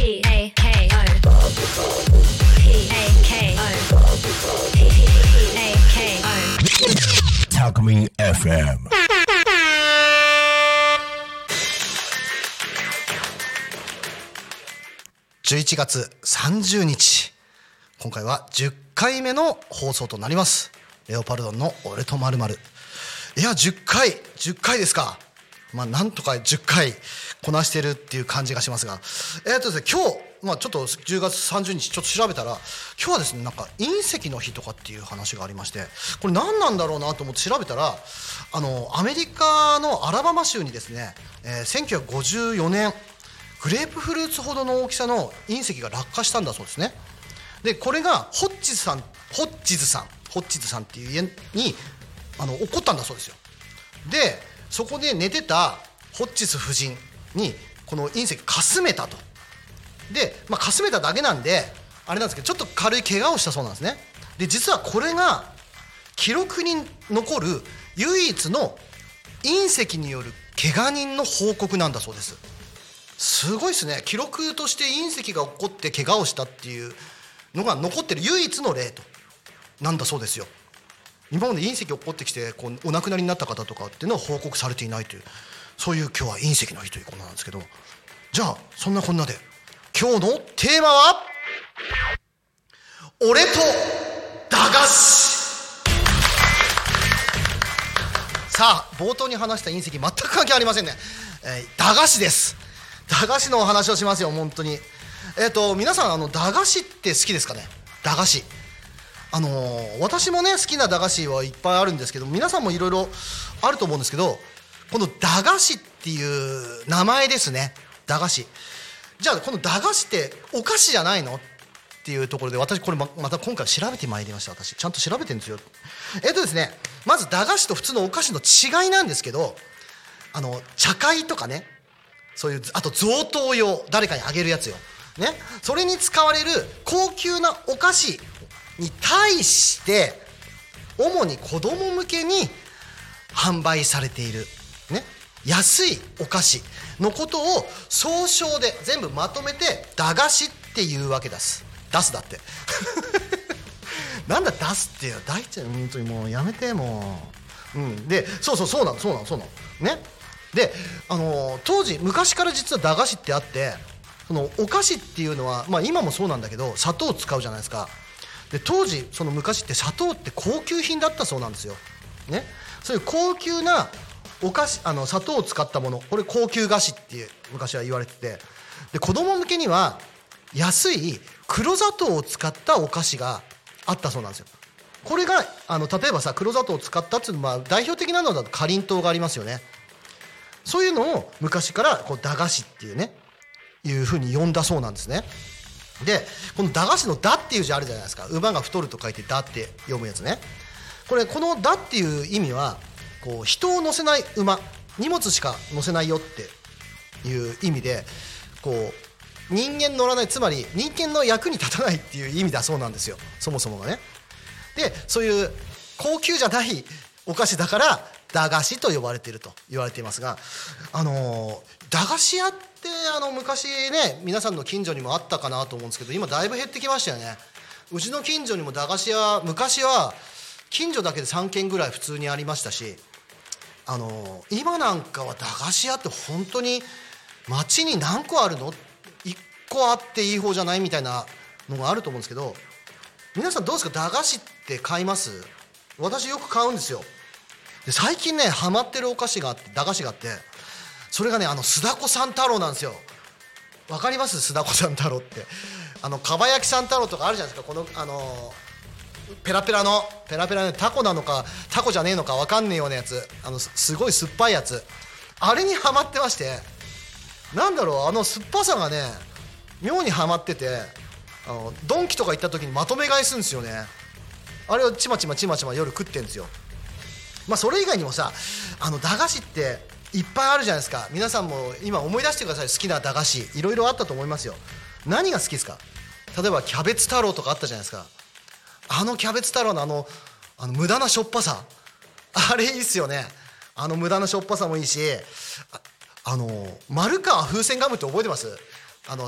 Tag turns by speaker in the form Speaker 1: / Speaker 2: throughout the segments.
Speaker 1: タクミン FM。11月30日、今回は10回目の放送となります。レオパルドンの俺と〇〇。いや10回ですか。なんとか10回こなしてるっていう感じがしますが、ですね、今日、ちょっと10月30日ちょっと調べたら、今日はですね、なんか隕石の日とかっていう話がありまして、これ何なんだろうなと思って調べたら、アメリカのアラバマ州にですね、1954年グレープフルーツほどの大きさの隕石が落下したんだそうですね。でこれがホッチズさんっていう家に起こったんだそうですよ。でそこで寝てたホッチズ夫人にこの隕石かすめたと。で、かすめただけなんであれなんですけど、ちょっと軽い怪我をしたそうなんですね。で実はこれが記録に残る唯一の隕石による怪我人の報告なんだそうです。すごいですね。記録として隕石が起こって怪我をしたっていうのが残ってる唯一の例となんだそうですよ。今まで隕石起こってきてお亡くなりになった方とかっていうのは報告されていないという、そういう今日は隕石の日ということなんですけど、じゃあそんなこんなで今日のテーマは俺と駄菓子。さあ冒頭に話した隕石全く関係ありませんね。駄菓子です。駄菓子のお話をしますよ本当に。皆さん駄菓子って好きですかね。駄菓子私もね好きな駄菓子はいっぱいあるんですけど、皆さんもいろいろあると思うんですけど、この駄菓子っていう名前ですね。駄菓子。じゃあこの駄菓子ってお菓子じゃないのっていうところで、私これ また今回調べてまいりました。私ちゃんと調べてるんですよ。ですね、まず駄菓子と普通のお菓子の違いなんですけど、茶会とかね、そういうあと贈答用、誰かにあげるやつよね、それに使われる高級なお菓子に対して主に子供向けに販売されている、ね、安いお菓子のことを総称で全部まとめて駄菓子っていうわけです。出すだってなんだ出すってよ、大ちゃん本当にもうやめてもう、でそうなのね。で当時昔から実は駄菓子ってあって、そのお菓子っていうのは、今もそうなんだけど砂糖を使うじゃないですか。で当時その昔って砂糖って高級品だったそうなんですよ、ね、そういう高級なお菓子砂糖を使ったもの、これ高級菓子って昔は言われてて、で子供向けには安い黒砂糖を使ったお菓子があったそうなんですよ。これが例えばさ、黒砂糖を使ったっていうのは代表的なのだとかりんとうがありますよね。そういうのを昔から駄菓子っていうねいうふうに呼んだそうなんですね。でこの駄菓子の駄っていう字あるじゃないですか。馬が太ると書いて駄って読むやつね。この駄っていう意味は人を乗せない馬、荷物しか乗せないよっていう意味で、人間乗らない、つまり人間の役に立たないっていう意味だそうなんですよ、そもそもがね。でそういう高級じゃないお菓子だから駄菓子と呼ばれていると言われていますが、駄菓子屋って昔ね、皆さんの近所にもあったかなと思うんですけど、今だいぶ減ってきましたよね。うちの近所にも駄菓子屋、昔は近所だけで3軒ぐらい普通にありましたし、今なんかは駄菓子屋って本当に街に何個あるの、1個あっていい方じゃないみたいなのがあると思うんですけど、皆さんどうですか、駄菓子って買います？私よく買うんですよ。で最近ねハマってるお菓子があって、駄菓子があって、それがね須田子さん太郎なんですよ。わかります？須田子さん太郎ってかば焼きさん太郎とかあるじゃないですか。ペラペラのタコなのかタコじゃねえのかわかんねえようなやつ、すごい酸っぱいやつ、あれにハマってまして、なんだろう、酸っぱさがね妙にハマってて、ドンキとか行った時にまとめ買いするんですよね。あれをちまちま夜食ってんですよ。それ以外にもさ、駄菓子っていっぱいあるじゃないですか。皆さんも今思い出してください。好きな駄菓子いろいろあったと思いますよ。何が好きですか？例えばキャベツ太郎とかあったじゃないですか。キャベツ太郎の無駄なしょっぱさ、あれいいっすよね。無駄なしょっぱさもいいし、丸川風船ガムって覚えてます？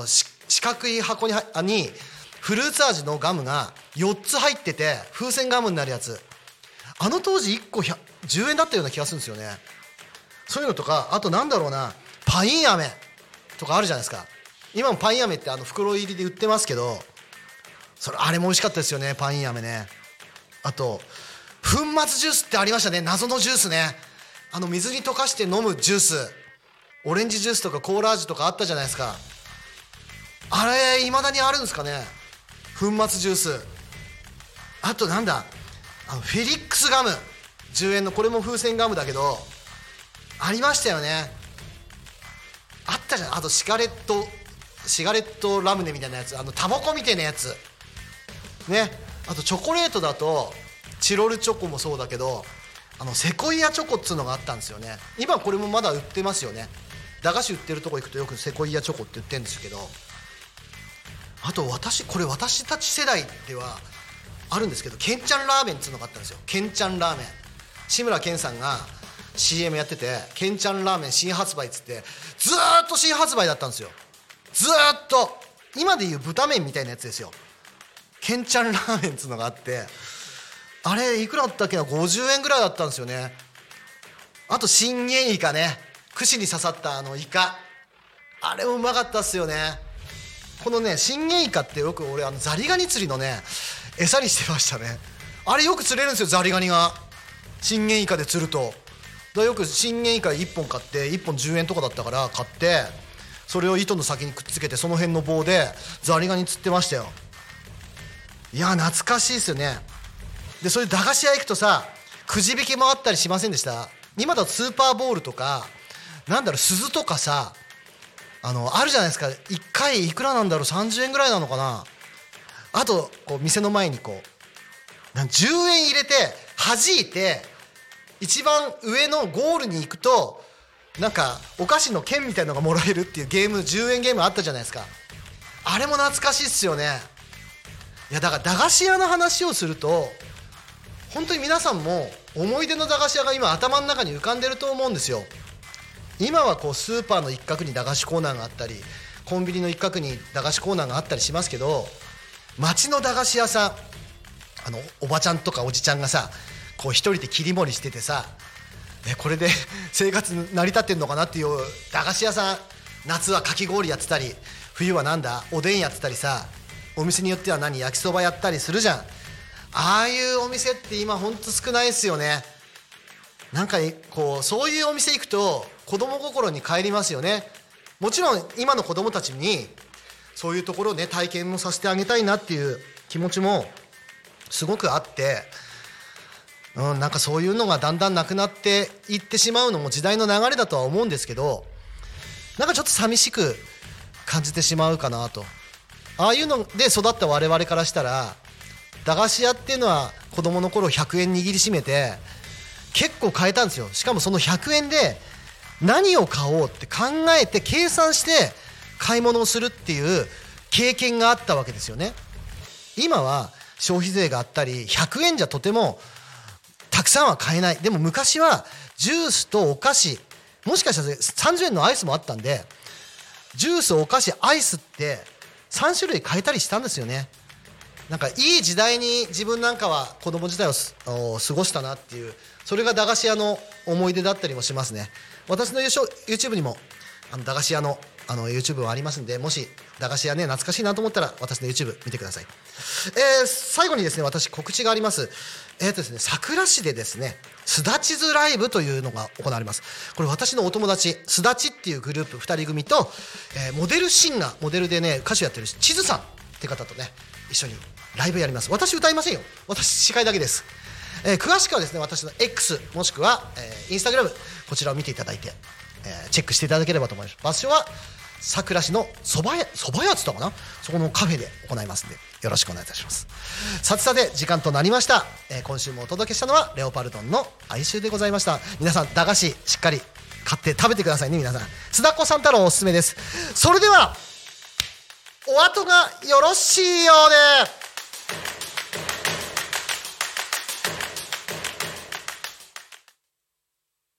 Speaker 1: 四角い箱にフルーツ味のガムが4つ入ってて風船ガムになるやつ、あの当時1個10円だったような気がするんですよね。そういうのとか、あとなんだろうな、パイン飴とかあるじゃないですか。今もパイン飴って袋入りで売ってますけど、あれも美味しかったですよね、パイン飴ね。あと粉末ジュースってありましたね、謎のジュースね。水に溶かして飲むジュース、オレンジジュースとかコーラ味とかあったじゃないですか。あれ未だにあるんですかね、粉末ジュース。あとなんだ、フェリックスガム10円の、これも風船ガムだけどありましたよね。あったじゃん。あとシガレットラムネみたいなやつ、タバコみたいなやつね。あとチョコレートだとチロルチョコもそうだけど、セコイアチョコっつうのがあったんですよね。今これもまだ売ってますよね。駄菓子売ってるとこ行くとよくセコイアチョコって売ってるんですけど、あと私たち世代ではあるんですけど、ケンちゃんラーメンっつうのがあったんですよ。ケンちゃんラーメン、志村けんさんが CM やってて、ケンちゃんラーメン新発売っつって、ずーっと新発売だったんですよ。ずーっと今でいう豚麺みたいなやつですよ。ケンちゃんラーメンっつうのがあって、あれいくらだったっけな、50円ぐらいだったんですよね。あと信玄イカね、串に刺さったイカ、あれもうまかったっすよね。このね信玄イカってよく俺ザリガニ釣りのね餌にしてましたね。あれよく釣れるんですよ、ザリガニが。信玄イカで釣るとよく信玄イカ1本買って、1本10円とかだったから買って、それを糸の先にくっつけて、その辺の棒でザリガニ釣ってましたよ。いや懐かしいですよね。でそういう駄菓子屋行くとさ、くじ引きもあったりしませんでした？今だとスーパーボールとか、なんだろう、鈴とかさ、あるじゃないですか。1回いくらなんだろう、30円ぐらいなのかな。あと店の前に10円入れて弾いて、一番上のゴールに行くとなんかお菓子の券みたいのがもらえるっていうゲーム、10円ゲームあったじゃないですか。あれも懐かしいっすよね。いやだから駄菓子屋の話をすると、本当に皆さんも思い出の駄菓子屋が今頭の中に浮かんでると思うんですよ。今はスーパーの一角に駄菓子コーナーがあったり、コンビニの一角に駄菓子コーナーがあったりしますけど、町の駄菓子屋さん、おばちゃんとかおじちゃんがさ、一人で切り盛りしててさ、これで生活成り立ってんのかなっていう駄菓子屋さん、夏はかき氷やってたり、冬はなんだおでんやってたりさ、お店によっては焼きそばやったりするじゃん。ああいうお店って今ほんと少ないですよね。なんかそういうお店行くと子供心に帰りますよね。もちろん今の子供たちにそういうところをね体験もさせてあげたいなっていう気持ちもすごくあって、なんかそういうのがだんだんなくなっていってしまうのも時代の流れだとは思うんですけど、なんかちょっと寂しく感じてしまうかなと。ああいうので育った我々からしたら、駄菓子屋っていうのは子供の頃100円握りしめて結構買えたんですよ。しかもその100円で何を買おうって考えて計算して買い物をするっていう経験があったわけですよね。今は消費税があったり100円じゃとてもたくさんは買えない。でも昔はジュースとお菓子、もしかしたら30円のアイスもあったんで、ジュース、お菓子、アイスって3種類買えたりしたんですよね。なんかいい時代に自分なんかは子供時代を過ごしたなっていう、それが駄菓子屋の思い出だったりもしますね。私の YouTube にも駄菓子屋のYouTube はありますんで、もし駄菓子屋ね懐かしいなと思ったら私の YouTube 見てください。最後にですね、私告知があります。ですね、佐倉市でですね、すだちずライブというのが行われます。これ私のお友達すだちっていうグループ2人組と、モデルシンガー、モデルでね歌手やってる地図さんって方とね一緒にライブやります。私歌いませんよ、私司会だけです。詳しくはですね、私の X もしくは、Instagram こちらを見ていただいて、チェックしていただければと思います。場所は佐倉市のそば屋つったかな、そこのカフェで行いますのでよろしくお願いいたします。さて時間となりました。今週もお届けしたのはレオパルトンの哀愁でございました。皆さん駄菓子しっかり買って食べてくださいね。皆さん須田子さん太郎おすすめです。それではお後がよろしいようで。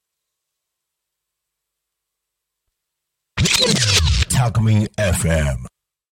Speaker 2: Talk Me FM